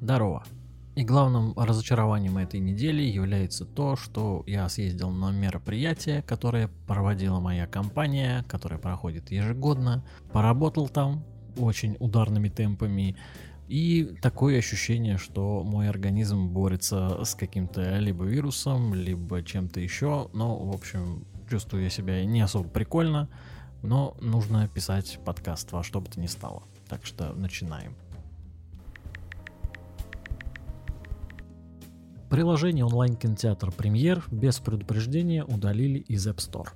Здорово. И главным разочарованием этой недели является то, что я съездил на мероприятие, которое проводила моя компания, которое проходит ежегодно, поработал там очень ударными темпами, и такое ощущение, что мой организм борется с каким-то либо вирусом, либо чем-то еще, но, в общем, чувствую я себя не особо прикольно, но нужно писать подкаст во что бы то ни стало. Так что начинаем. Приложение онлайн-кинотеатр Премьер без предупреждения удалили из App Store.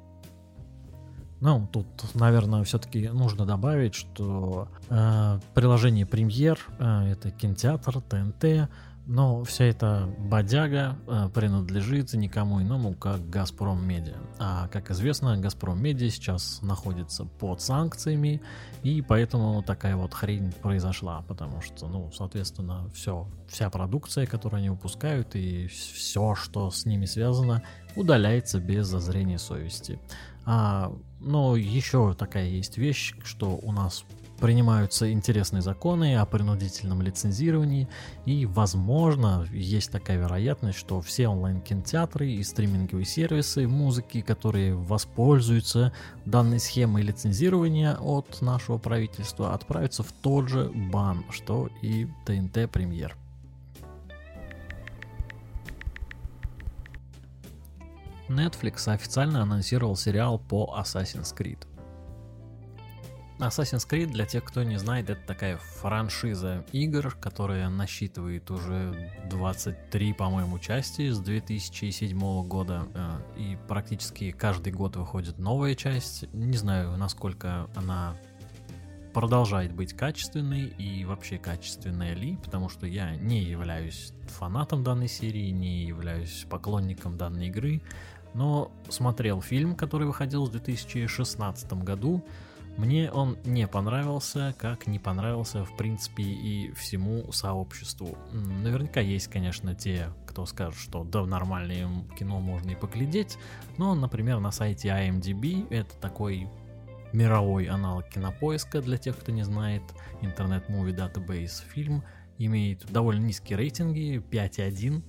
Ну, тут, наверное, все-таки нужно добавить, что приложение Премьер это кинотеатр, ТНТ, но вся эта бодяга принадлежит никому иному, как Газпром Медиа. А как известно, Газпром Медиа сейчас находится под санкциями, и поэтому такая вот хрень произошла, потому что, соответственно, вся продукция, которую они выпускают, и все, что с ними связано, удаляется без зазрения совести. Но еще такая есть вещь, что у нас принимаются интересные законы о принудительном лицензировании, и, возможно, есть такая вероятность, что все онлайн-кинотеатры и стриминговые сервисы музыки, которые воспользуются данной схемой лицензирования от нашего правительства, отправятся в тот же бан, что и ТНТ Премьер. Netflix официально анонсировал сериал по Assassin's Creed. Assassin's Creed, для тех, кто не знает, это такая франшиза игр, которая насчитывает уже 23, по-моему, части с 2007 года, и практически каждый год выходит новая часть. Не знаю, насколько она продолжает быть качественной и вообще качественная ли, потому что я не являюсь фанатом данной серии, не являюсь поклонником данной игры, но смотрел фильм, который выходил в 2016 году. Мне он не понравился, как не понравился, в принципе, и всему сообществу. Наверняка есть, конечно, те, кто скажет, что да, нормальное кино можно и поглядеть, но, например, на сайте IMDb, это такой мировой аналог Кинопоиска, для тех, кто не знает, Internet Movie Database, фильм имеет довольно низкие рейтинги, 5,1,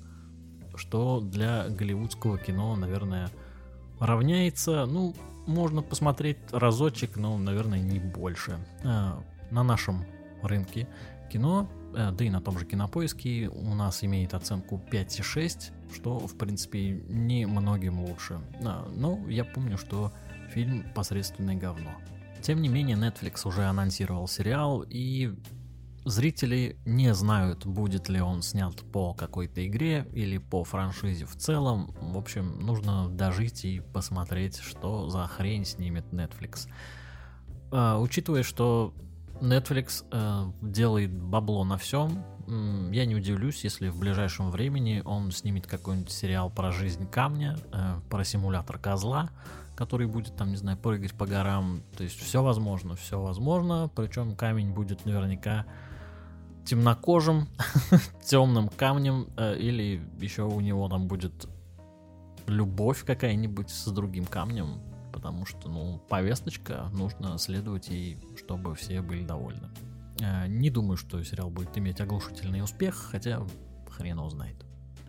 что для голливудского кино, наверное, равняется, можно посмотреть разочек, но, наверное, не больше. На нашем рынке кино, да и на том же Кинопоиске, у нас имеет оценку 5,6, что, в принципе, не многим лучше. Но я помню, что фильм посредственное говно. Тем не менее, Netflix уже анонсировал сериал, и зрители не знают, будет ли он снят по какой-то игре или по франшизе в целом. В общем, нужно дожить и посмотреть, что за хрень снимет Netflix. Учитывая, что Netflix делает бабло на всем, я не удивлюсь, если в ближайшем времени он снимет какой-нибудь сериал про жизнь камня, про симулятор козла, который будет там, не знаю, прыгать по горам. То есть все возможно. Причем камень будет наверняка темнокожим, темным камнем, или еще у него там будет любовь какая-нибудь с другим камнем, потому что, повесточка, нужно следовать ей, чтобы все были довольны. Не думаю, что сериал будет иметь оглушительный успех, хотя хрен его знает.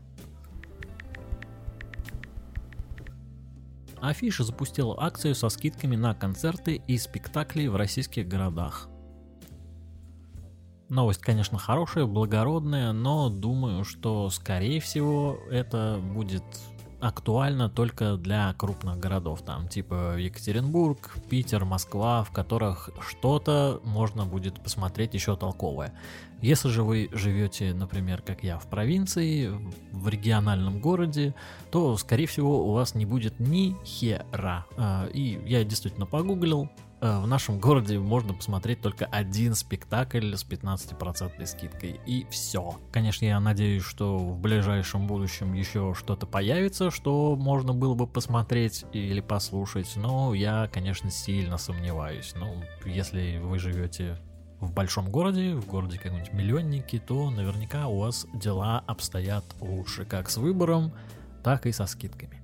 Афиша запустила акцию со скидками на концерты и спектакли в российских городах. Новость, конечно, хорошая, благородная, но думаю, что, скорее всего, это будет актуально только для крупных городов, там типа Екатеринбург, Питер, Москва, в которых что-то можно будет посмотреть еще толковое. Если же вы живете, например, как я, в провинции, в региональном городе, то, скорее всего, у вас не будет ни хера. И я действительно погуглил. В нашем городе можно посмотреть только один спектакль с 15% скидкой, и все. Конечно, я надеюсь, что в ближайшем будущем еще что-то появится, что можно было бы посмотреть или послушать, но я, конечно, сильно сомневаюсь. Если вы живете в большом городе, в городе каком-нибудь миллионнике, то наверняка у вас дела обстоят лучше как с выбором, так и со скидками.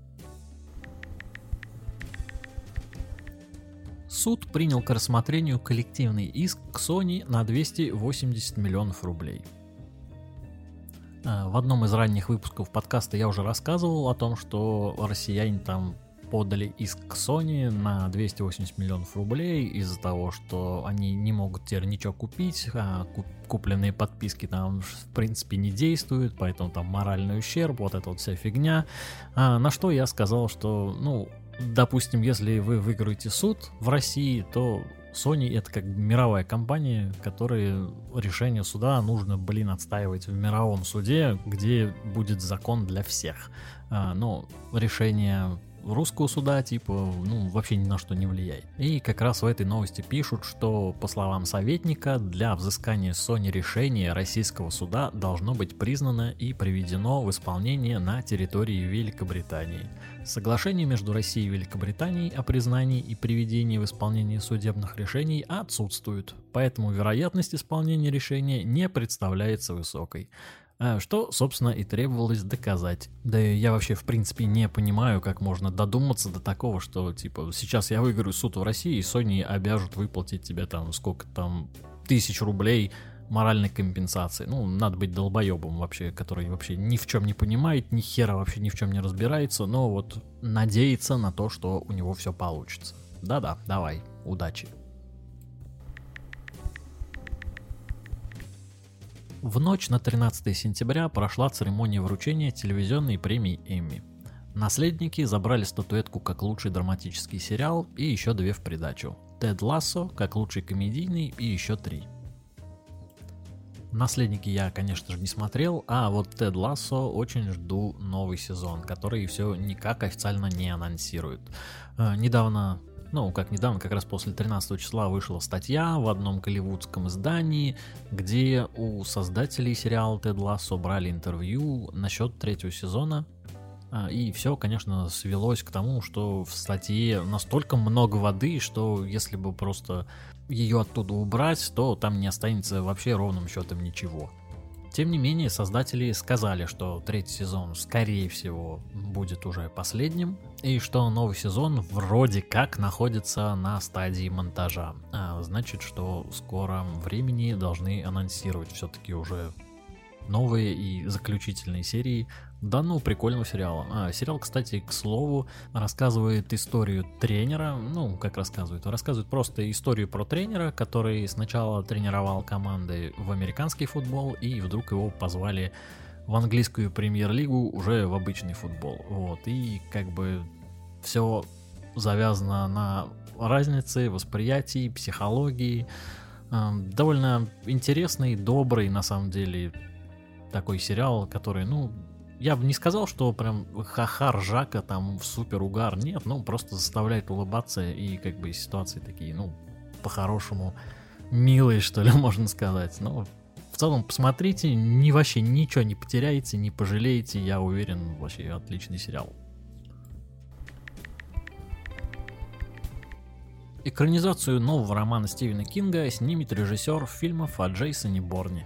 Суд принял к рассмотрению коллективный иск к Sony на 280 миллионов рублей. В одном из ранних выпусков подкаста я уже рассказывал о том, что россияне там подали иск к Sony на 280 миллионов рублей из-за того, что они не могут теперь ничего купить, а купленные подписки там в принципе не действуют, поэтому там моральный ущерб, вот эта вот вся фигня. На что я сказал, что, ну, допустим, если вы выиграете суд в России, то Sony — это как мировая компания, которой решение суда нужно, отстаивать в мировом суде, где будет закон для всех. Но решение русского суда, вообще ни на что не влияет. И как раз в этой новости пишут, что, по словам советника, для взыскания Sony решения российского суда должно быть признано и приведено в исполнение на территории Великобритании. Соглашение между Россией и Великобританией о признании и приведении в исполнение судебных решений отсутствует, поэтому вероятность исполнения решения не представляется высокой. Что, собственно, и требовалось доказать. Да и я вообще, в принципе, не понимаю, как можно додуматься до такого, что, сейчас я выиграю суд в России, и Sony обяжут выплатить тебе сколько 1000 рублей моральной компенсации. Надо быть долбоебом вообще, который вообще ни в чем не понимает, ни хера вообще ни в чем не разбирается, но вот надеется на то, что у него все получится. Да-да, давай, удачи. В ночь на 13 сентября прошла церемония вручения телевизионной премии Эмми. Наследники забрали статуэтку как лучший драматический сериал и еще 2 в придачу. Тед Лассо как лучший комедийный и еще 3. Наследники я, конечно же, не смотрел, а вот Тед Лассо очень жду новый сезон, который все никак официально не анонсирует. Недавно, как раз после 13 числа вышла статья в одном голливудском издании, где у создателей сериала Тед Лассо брали интервью насчет 3-го сезона. И все, конечно, свелось к тому, что в статье настолько много воды, что если бы просто ее оттуда убрать, то там не останется вообще ровным счетом ничего. Тем не менее, создатели сказали, что 3-й сезон, скорее всего, будет уже последним, и что новый сезон вроде как находится на стадии монтажа. Значит, что в скором времени должны анонсировать все-таки уже новые и заключительные серии данного прикольного сериала. Сериал, кстати, к слову, рассказывает историю тренера, рассказывает просто историю про тренера, который сначала тренировал команды в американский футбол, и вдруг его позвали в английскую премьер-лигу уже в обычный футбол. И все завязано на разнице восприятий, психологии. Довольно интересный, добрый, на самом деле, такой сериал, который, я бы не сказал, что прям ха-ха, ржака, там, супер угар, нет, просто заставляет улыбаться, и ситуации такие, по-хорошему милые, что ли, можно сказать. В целом, посмотрите, вообще ничего не потеряете, не пожалеете, я уверен, вообще отличный сериал. Экранизацию нового романа Стивена Кинга снимет режиссер фильмов о Джейсоне Борне.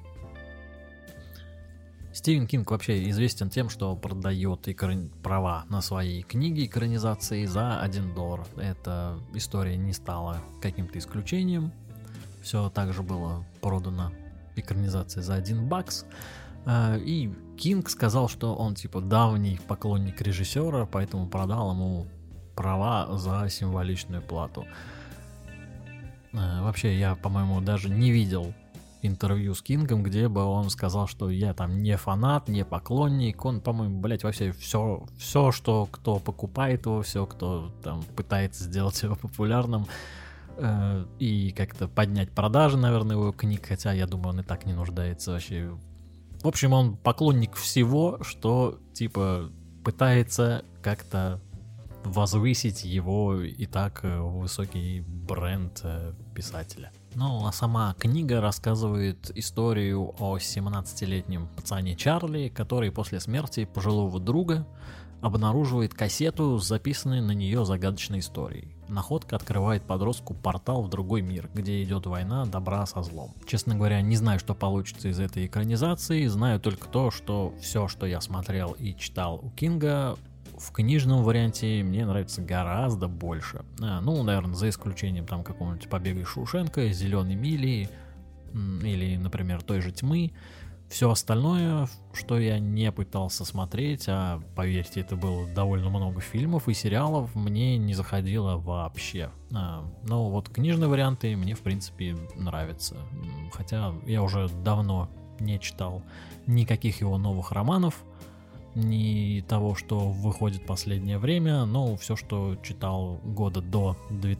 Стивен Кинг вообще известен тем, что продает права на свои книги экранизации за $1. Эта история не стала каким-то исключением. Все так же было продано экранизация за $1. И Кинг сказал, что он давний поклонник режиссера, поэтому продал ему права за символичную плату. Вообще, я, по-моему, даже не видел интервью с Кингом, где бы он сказал, что я там не фанат, не поклонник. Он, по-моему, вообще все, что кто покупает его, все, кто там пытается сделать его популярным и как-то поднять продажи, наверное, его книг, хотя я думаю, он и так не нуждается вообще. В общем, он поклонник всего, что пытается как-то возвысить его и так высокий бренд писателя. А сама книга рассказывает историю о 17-летнем пацане Чарли, который после смерти пожилого друга обнаруживает кассету с записанной на нее загадочной историей. Находка открывает подростку портал в другой мир, где идет война добра со злом. Честно говоря, не знаю, что получится из этой экранизации, знаю только то, что все, что я смотрел и читал у Кинга, в книжном варианте мне нравится гораздо больше. Наверное, за исключением там какого-нибудь «Побега из Шоушенка», «Зеленой мили» или, например, той же «Тьмы». Все остальное, что я не пытался смотреть, а поверьте, это было довольно много фильмов и сериалов, мне не заходило вообще. Но вот книжные варианты мне, в принципе, нравятся. Хотя я уже давно не читал никаких его новых романов, ни того, что выходит в последнее время, но все, что читал года до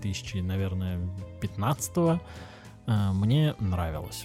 2015, мне нравилось.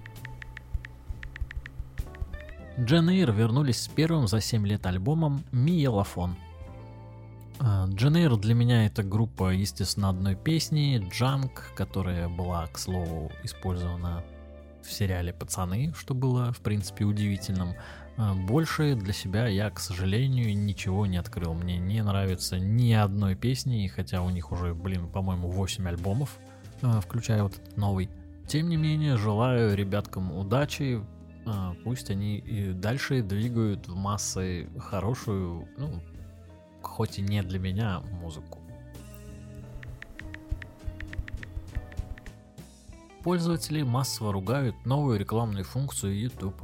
Джейн Эйр вернулись с первым за 7 лет альбомом «Миелофон». Джейн Эйр для меня это группа, естественно, одной песни «Джанк», которая была, к слову, использована в сериале «Пацаны», что было, в принципе, удивительным. Больше для себя я, к сожалению, ничего не открыл. Мне не нравится ни одной песни, хотя у них уже, по-моему, 8 альбомов, включая вот этот новый. Тем не менее, желаю ребяткам удачи. Пусть они и дальше двигают в массы хорошую, хоть и не для меня, музыку. Пользователи массово ругают новую рекламную функцию YouTube.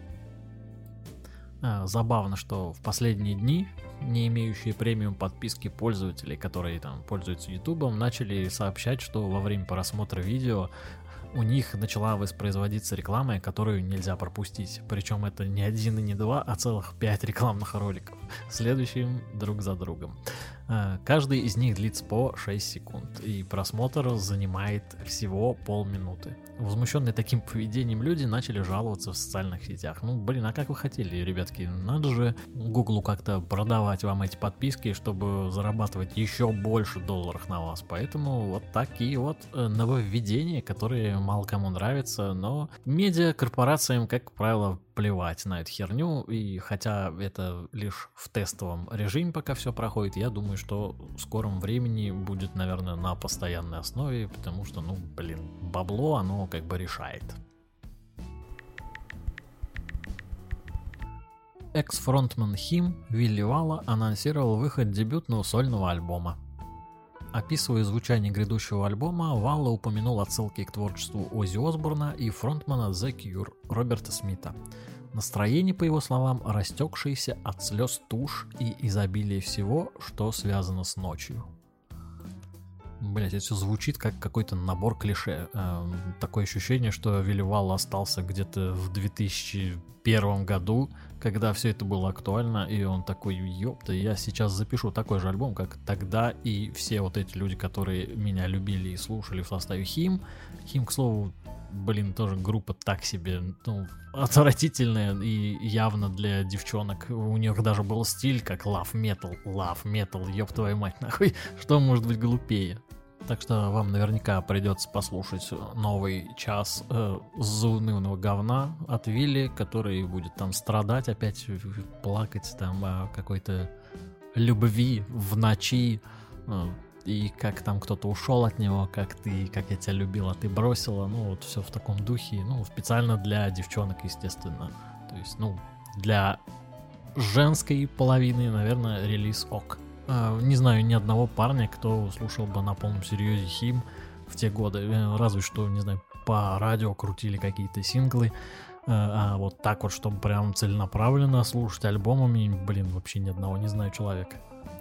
Забавно, что в последние дни не имеющие премиум подписки пользователи, которые там пользуются YouTube, начали сообщать, что во время просмотра видео у них начала воспроизводиться реклама, которую нельзя пропустить. Причем это не один и не два, а целых 5 рекламных роликов, следующим друг за другом. Каждый из них длится по 6 секунд, и просмотр занимает всего полминуты. Возмущенные таким поведением люди начали жаловаться в социальных сетях. А как вы хотели, ребятки? Надо же Гуглу как-то продавать вам эти подписки, чтобы зарабатывать еще больше долларов на вас. Поэтому вот такие вот нововведения, которые мало кому нравятся, но медиакорпорациям, как правило, плевать на эту херню, и хотя это лишь в тестовом режиме пока все проходит, я думаю, что в скором времени будет, наверное, на постоянной основе, потому что, бабло, оно как бы решает. Экс-фронтмен Хим Вилли Валла анонсировал выход дебютного сольного альбома. Описывая звучание грядущего альбома, Валла упомянул отсылки к творчеству Оззи Осборна и фронтмена The Cure Роберта Смита. Настроение, по его словам, растекшееся от слез тушь и изобилие всего, что связано с ночью. Это все звучит как какой-то набор клише. Такое ощущение, что Вилли Валла остался где-то в 2001 году, когда все это было актуально, и он такой: ёпта, я сейчас запишу такой же альбом, как тогда, и все вот эти люди, которые меня любили и слушали в составе Хим. Хим, к слову, тоже группа так себе, отвратительная и явно для девчонок. У них даже был стиль как love metal, ёб твою мать, нахуй, что может быть глупее? Так что вам наверняка придется послушать новый час заунывного говна от Вилли, который будет там страдать, опять плакать там о какой-то любви в ночи, и как там кто-то ушел от него, как я тебя любила, ты бросила, все в таком духе, специально для девчонок, естественно. То есть, для женской половины, наверное, релиз ок. Не знаю ни одного парня, кто слушал бы на полном серьезе Хим в те годы. Разве что, не знаю, по радио крутили какие-то синглы. А вот так вот, чтобы прям целенаправленно слушать альбомами, вообще ни одного не знаю человека.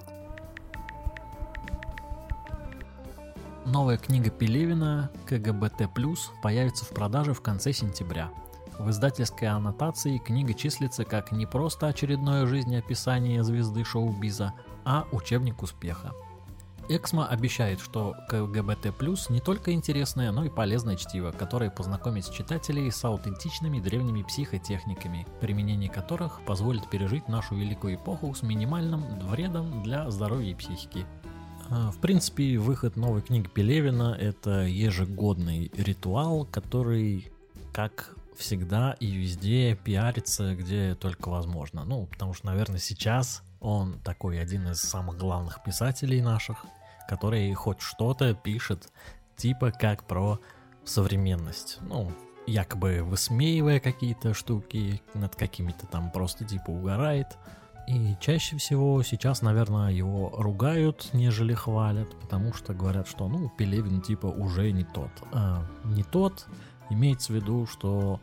Новая книга Пелевина «КГБТ+» появится в продаже в конце сентября. В издательской аннотации книга числится как не просто очередное жизнеописание звезды шоу-биза, а учебник успеха. Эксмо обещает, что КГБТ+, не только интересное, но и полезное чтиво, которое познакомит читателей с аутентичными древними психотехниками, применение которых позволит пережить нашу великую эпоху с минимальным вредом для здоровья и психики. В принципе, выход новой книги Пелевина – это ежегодный ритуал, который, как всегда и везде, пиарится, где только возможно. Потому что, наверное, сейчас он такой один из самых главных писателей наших, который хоть что-то пишет, типа как про современность. Якобы высмеивая какие-то штуки, над какими-то там просто типа угорает. И чаще всего сейчас, наверное, его ругают, нежели хвалят, потому что говорят, что, Пелевин типа уже не тот. Не тот, имеется в виду, что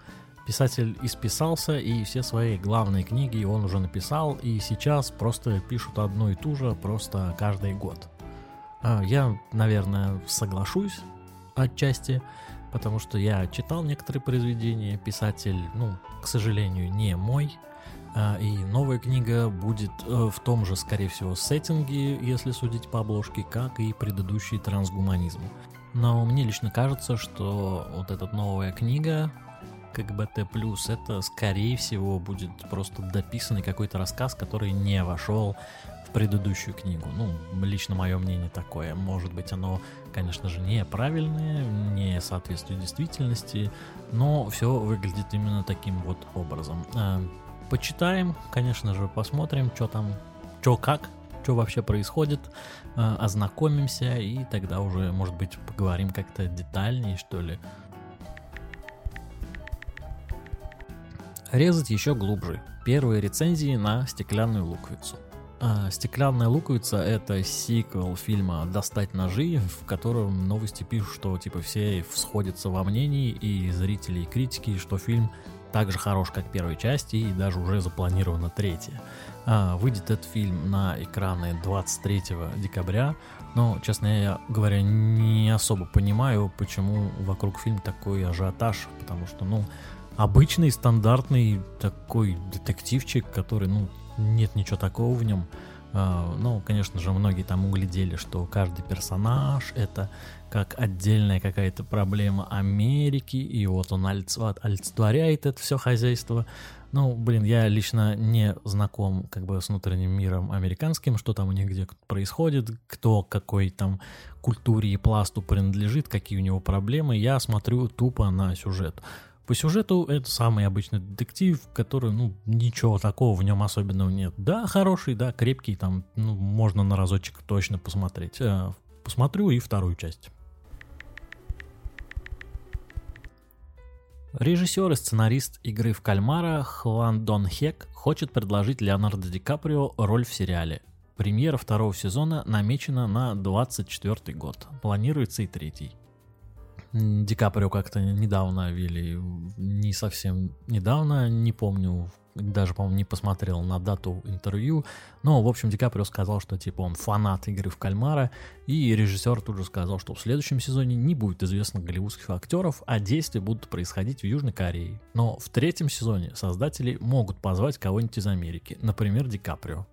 Писатель исписался, и все свои главные книги он уже написал, и сейчас просто пишут одну и ту же, просто каждый год. Я, наверное, соглашусь отчасти, потому что я читал некоторые произведения, писатель, к сожалению, не мой, и новая книга будет в том же, скорее всего, сеттинге, если судить по обложке, как и предыдущий трансгуманизм. Но мне лично кажется, что вот эта новая книга, КГБТ+, это, скорее всего, будет просто дописанный какой-то рассказ, который не вошел в предыдущую книгу. Лично мое мнение такое. Может быть, оно, конечно же, неправильное, не соответствует действительности, но все выглядит именно таким вот образом. Почитаем, конечно же, посмотрим, что там, что вообще происходит, ознакомимся, и тогда уже, может быть, поговорим как-то детальнее, что ли. Резать еще глубже. Первые рецензии на «Стеклянную луковицу». «Стеклянная луковица» — это сиквел фильма «Достать ножи», в котором новости пишут, что все сходятся во мнении, и зрители, и критики, что фильм так же хорош, как первая часть, и даже уже запланирована третья. Выйдет этот фильм на экраны 23 декабря, но, честно говоря, не особо понимаю, почему вокруг фильма такой ажиотаж, потому что, обычный, стандартный такой детективчик, который, нет ничего такого в нем. Конечно же, многие там углядели, что каждый персонаж — это как отдельная какая-то проблема Америки, и вот он олицетворяет это все хозяйство. Я лично не знаком с внутренним миром американским, что там у них где происходит, кто какой там культуре и пласту принадлежит, какие у него проблемы. Я смотрю тупо на сюжет. По сюжету это самый обычный детектив, который, ничего такого в нем особенного нет. Да, хороший, да, крепкий, там, можно на разочек точно посмотреть. Посмотрю и вторую часть. Режиссер и сценарист «Игры в кальмара» Хван Дон Хек хочет предложить Леонардо Ди Каприо роль в сериале. Премьера второго сезона намечена на 2024 год. Планируется и третий. Ди Каприо как-то недавно вели, не совсем недавно, не помню, даже, по-моему, не посмотрел на дату интервью, но, в общем, Ди Каприо сказал, что, он фанат «Игры в кальмара», и режиссер тут же сказал, что в следующем сезоне не будет известных голливудских актеров, а действия будут происходить в Южной Корее. Но в третьем сезоне создатели могут позвать кого-нибудь из Америки, например, Ди Каприо.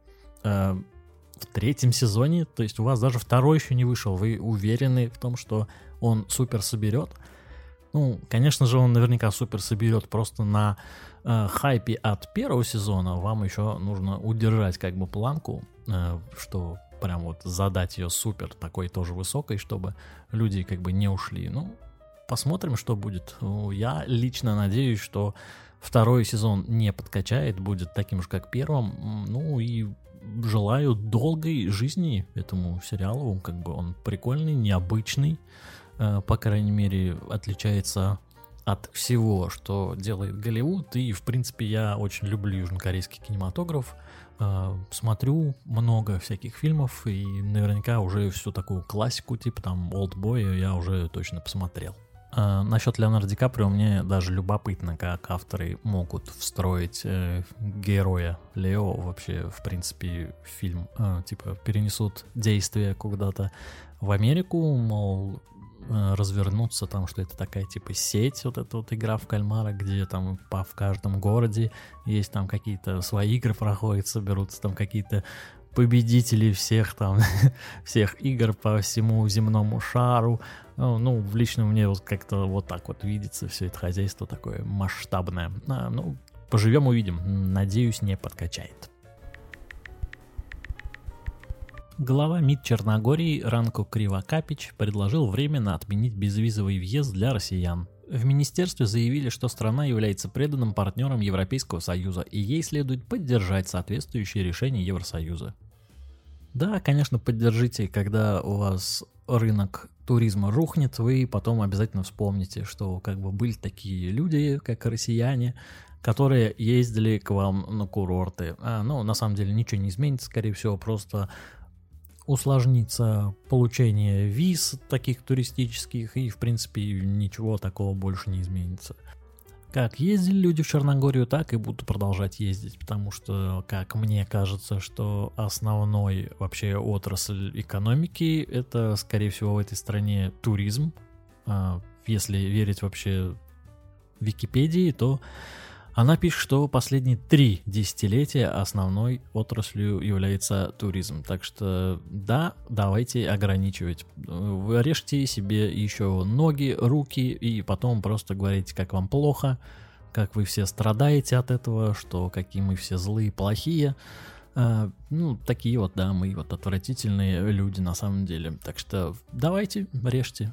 В третьем сезоне, то есть у вас даже второй еще не вышел, вы уверены в том, что он супер соберет? Конечно же, он наверняка супер соберет, просто на хайпе от первого сезона вам еще нужно удержать планку, что прям вот задать ее супер такой тоже высокой, чтобы люди не ушли. Посмотрим, что будет. Я лично надеюсь, что второй сезон не подкачает, будет таким же, как первым. И желаю долгой жизни этому сериалу. Он прикольный, необычный. По крайней мере, отличается от всего, что делает Голливуд. И, в принципе, я очень люблю южнокорейский кинематограф. Смотрю много всяких фильмов, и наверняка уже всю такую классику, типа «Олдбоя» я уже точно посмотрел. Насчет Леонардо Ди Каприо мне даже любопытно, как авторы могут встроить героя Лео вообще, в принципе, в фильм. Перенесут действие куда-то в Америку, мол, развернуться там, что это такая сеть, вот эта вот игра в кальмара, где там в каждом городе есть там какие-то свои игры проходят, соберутся там какие-то победители всех всех игр по всему земному шару. Лично мне как-то вот так вот видится все это хозяйство такое масштабное. Поживем увидим. Надеюсь, не подкачает. Глава МИД Черногории Ранко Кривокапич предложил временно отменить безвизовый въезд для россиян. В министерстве заявили, что страна является преданным партнером Европейского Союза, и ей следует поддержать соответствующие решения Евросоюза. Да, конечно, поддержите, когда у вас рынок туризма рухнет, вы потом обязательно вспомните, что были такие люди, как россияне, которые ездили к вам на курорты. На самом деле ничего не изменится, скорее всего, просто усложнится получение виз таких туристических, и, в принципе, ничего такого больше не изменится. Как ездили люди в Черногорию, так и будут продолжать ездить, потому что, как мне кажется, что основной вообще отрасль экономики — это, скорее всего, в этой стране туризм. Если верить вообще Википедии, то она пишет, что последние 3 десятилетия основной отраслью является туризм. Так что да, давайте ограничивать. Вы режьте себе еще ноги, руки и потом просто говорите, как вам плохо, как вы все страдаете от этого, что какие мы все злые, плохие. Такие вот, да, мы вот отвратительные люди на самом деле. Так что давайте, режьте.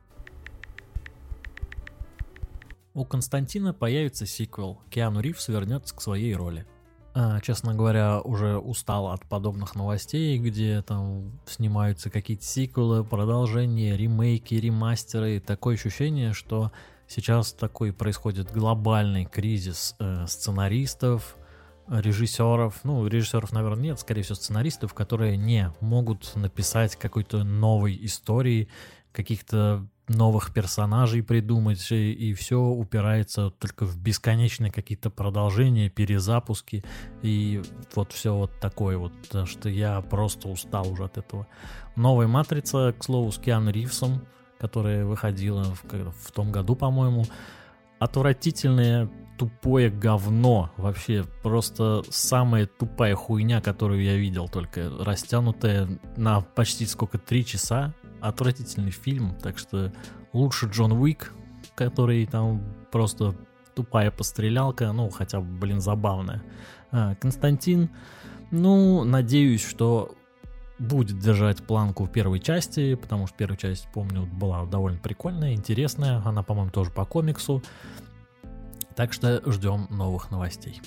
У Константина появится сиквел. Киану Ривз вернется к своей роли. Честно говоря, уже устал от подобных новостей, где там снимаются какие-то сиквелы, продолжения, ремейки, ремастеры. Такое ощущение, что сейчас такой происходит глобальный кризис сценаристов, режиссеров. Режиссеров, наверное, нет, скорее всего, сценаристов, которые не могут написать какой-то новой истории, каких-то новых персонажей придумать, и все упирается только в бесконечные какие-то продолжения, перезапуски, и вот все вот такое вот, что я просто устал уже от этого. Новая «Матрица», к слову, с Киану Ривзом, которая выходила в том году, по-моему, отвратительное, тупое говно, вообще просто самая тупая хуйня, которую я видел, только растянутая на почти 3 часа. Отвратительный фильм, так что лучше Джон Уик, который там просто тупая пострелялка, хотя бы, забавная. Константин, надеюсь, что будет держать планку в первой части, потому что первая часть, помню, была довольно прикольная, интересная, она, по-моему, тоже по комиксу, так что ждем новых новостей.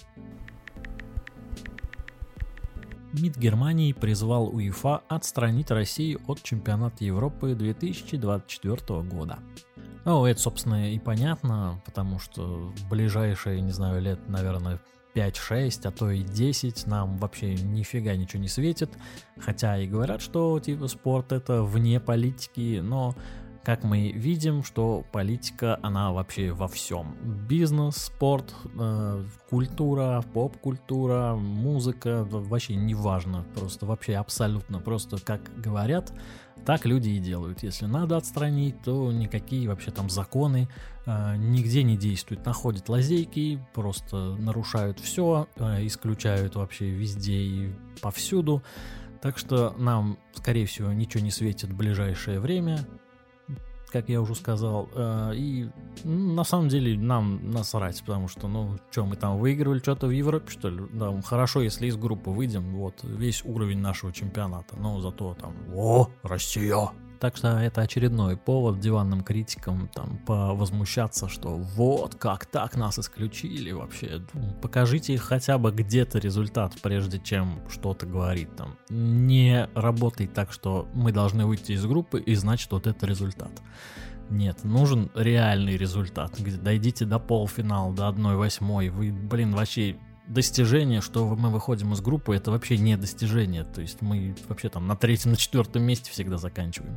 МИД Германии призвал УЕФА отстранить Россию от чемпионата Европы 2024 года. Это, собственно, и понятно, потому что в ближайшие, не знаю, лет, наверное, 5-6, а то и 10 нам вообще нифига ничего не светит. Хотя и говорят, что типа спорт это вне политики, но как мы видим, что политика, она вообще во всем. Бизнес, спорт, культура, поп-культура, музыка, вообще не важно. Просто вообще абсолютно. Просто как говорят, так люди и делают. Если надо отстранить, то никакие вообще там законы нигде не действуют. Находят лазейки, просто нарушают все, исключают вообще везде и повсюду. Так что нам, скорее всего, ничего не светит в ближайшее время, как я уже сказал, и на самом деле нам насрать, потому что, мы там выигрывали что-то в Европе, что ли? Да, хорошо, если из группы выйдем, вот, весь уровень нашего чемпионата, но зато там, Россия! Так что это очередной повод диванным критикам там повозмущаться, что вот как так нас исключили вообще. Покажите хотя бы где-то результат, прежде чем что-то говорить там. Не работай так, что мы должны выйти из группы и значит вот это результат. Нет, нужен реальный результат. Дойдите до полуфинала, до 1/8. Вы, вообще... Достижение, что мы выходим из группы, это вообще не достижение. То есть мы вообще там на 3-м, на 4-м месте всегда заканчиваем.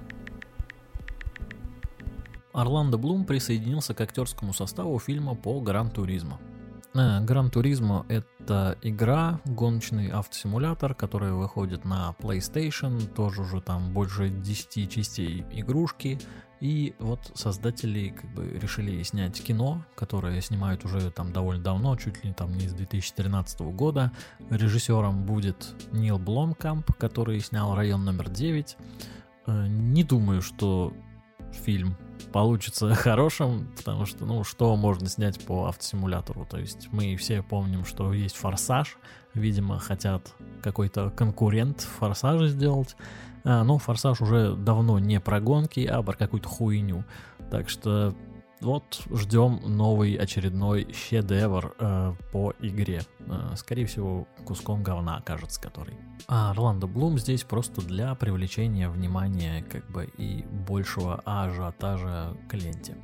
Орландо Блум присоединился к актерскому составу фильма по Гран-туризмо. Гран-туризмо — это игра, гоночный автосимулятор, который выходит на PlayStation, тоже уже там больше 10 частей игрушки. И вот создатели решили снять кино, которое снимают уже там довольно давно, чуть ли там не с 2013 года. Режиссером будет Нил Бломкамп, который снял «Район номер 9». Не думаю, что фильм получится хорошим, потому что, что можно снять по автосимулятору? То есть мы все помним, что есть «Форсаж», видимо, хотят какой-то конкурент «Форсажа» сделать. Но «Форсаж» уже давно не про гонки, а про какую-то хуйню. Так что вот ждем новый очередной шедевр по игре. Скорее всего, куском говна окажется который. А Орландо Блум здесь просто для привлечения внимания и большего ажиотажа к ленте.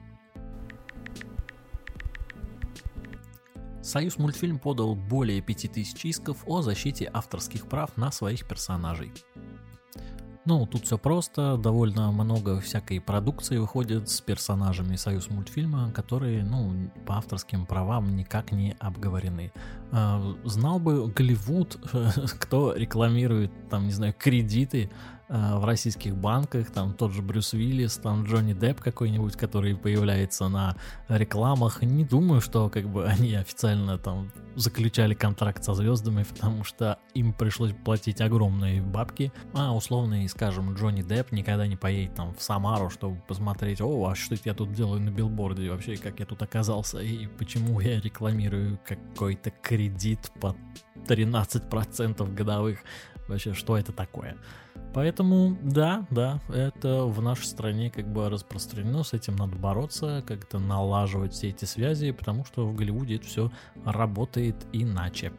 Союзмультфильм подал более 5000 исков о защите авторских прав на своих персонажей. Ну, тут все просто, довольно много всякой продукции выходит с персонажами Союзмультфильма, которые, ну, по авторским правам никак не обговорены. Знал бы Голливуд, кто рекламирует, там, не знаю, кредиты в российских банках, там тот же Брюс Уиллис, там Джонни Депп какой-нибудь, который появляется на рекламах. Не думаю, что как бы они официально там заключали контракт со звездами, потому что им пришлось платить огромные бабки. А условный, скажем, Джонни Депп никогда не поедет там в Самару, чтобы посмотреть, а что это я тут делаю на билборде, вообще как я тут оказался и почему я рекламирую какой-то кредит под 13% годовых. Вообще, что это такое? Поэтому, да, это в нашей стране как бы распространено, с этим надо бороться, как-то налаживать все эти связи, потому что в Голливуде это все работает иначе.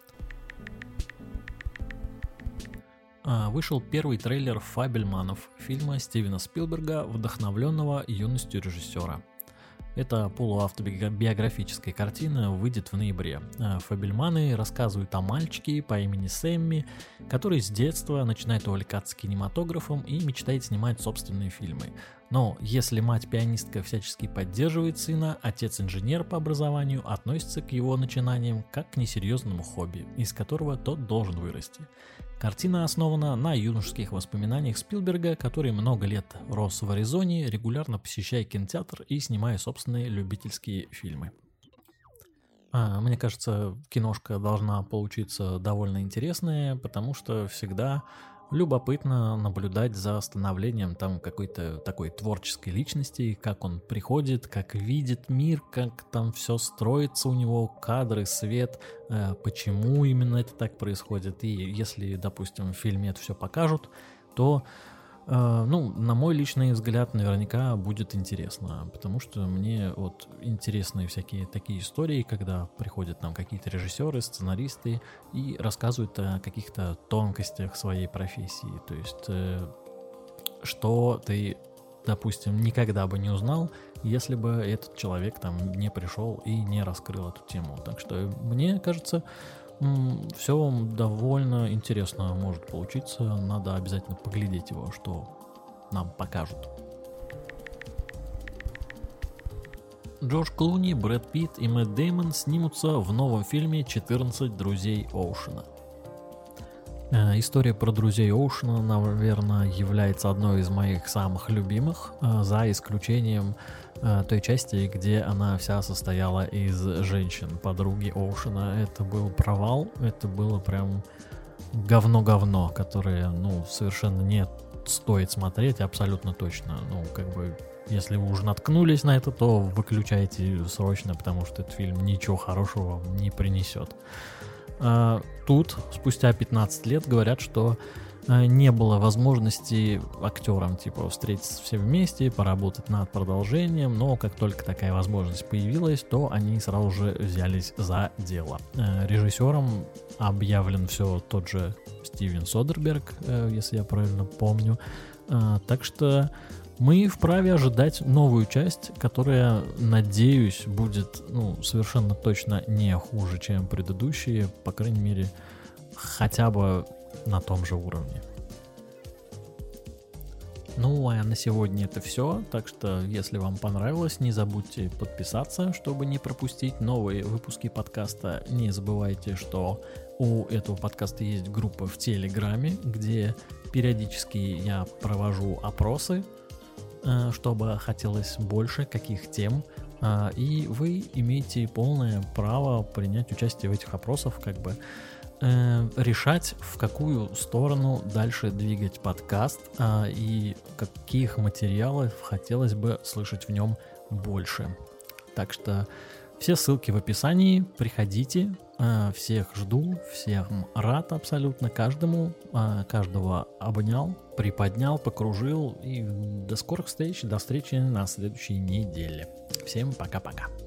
Вышел первый трейлер «Фабельманов», фильма Стивена Спилберга, вдохновленного юностью режиссера. Это полуавтобиографическая картина, выйдет в ноябре. Фабельманы рассказывают о мальчике по имени Сэмми, который с детства начинает увлекаться кинематографом и мечтает снимать собственные фильмы. Но если мать-пианистка всячески поддерживает сына, отец-инженер по образованию относится к его начинаниям как к несерьезному хобби, из которого тот должен вырасти. Картина основана на юношеских воспоминаниях Спилберга, который много лет рос в Аризоне, регулярно посещая кинотеатр и снимая собственные любительские фильмы. Мне кажется, киношка должна получиться довольно интересная, потому что всегда любопытно наблюдать за становлением там какой-то такой творческой личности, как он приходит, как видит мир, как там все строится у него, кадры, свет, почему именно это так происходит. И если, допустим, в фильме это все покажут, то, на мой личный взгляд, наверняка будет интересно, потому что мне вот интересны всякие такие истории, когда приходят там какие-то режиссеры, сценаристы и рассказывают о каких-то тонкостях своей профессии, то есть что ты, допустим, никогда бы не узнал, если бы этот человек там не пришел и не раскрыл эту тему. Так что мне кажется, все довольно интересно может получиться. Надо обязательно поглядеть его, что нам покажут. Джордж Клуни, Брэд Питт и Мэтт Дэймон снимутся в новом фильме «14 друзей Оушена». История про друзей Оушена, наверное, является одной из моих самых любимых, за исключением той части, где она вся состояла из женщин, подруги Оушена. Это был провал, это было прям говно-говно, которое, совершенно не стоит смотреть, абсолютно точно. Если вы уже наткнулись на это, то выключайте срочно, потому что этот фильм ничего хорошего вам не принесет. Тут, спустя 15 лет, говорят, что не было возможности актерам встретиться все вместе, поработать над продолжением, но как только такая возможность появилась, то они сразу же взялись за дело. Режиссером объявлен все тот же Стивен Содерберг, если я правильно помню. Так что мы вправе ожидать новую часть, которая, надеюсь, будет совершенно точно не хуже, чем предыдущие, по крайней мере, хотя бы на том же уровне. А на сегодня это все, так что если вам понравилось, не забудьте подписаться, чтобы не пропустить новые выпуски подкаста. Не забывайте, что у этого подкаста есть группа в Телеграме, где периодически я провожу опросы, чтобы хотелось больше каких тем, и вы имеете полное право принять участие в этих опросах, решать, в какую сторону дальше двигать подкаст и каких материалов хотелось бы слышать в нем больше. Так что все ссылки в описании, приходите, всех жду, всем рад абсолютно каждому, каждого обнял, приподнял, покружил и до скорых встреч, до встречи на следующей неделе. Всем пока-пока.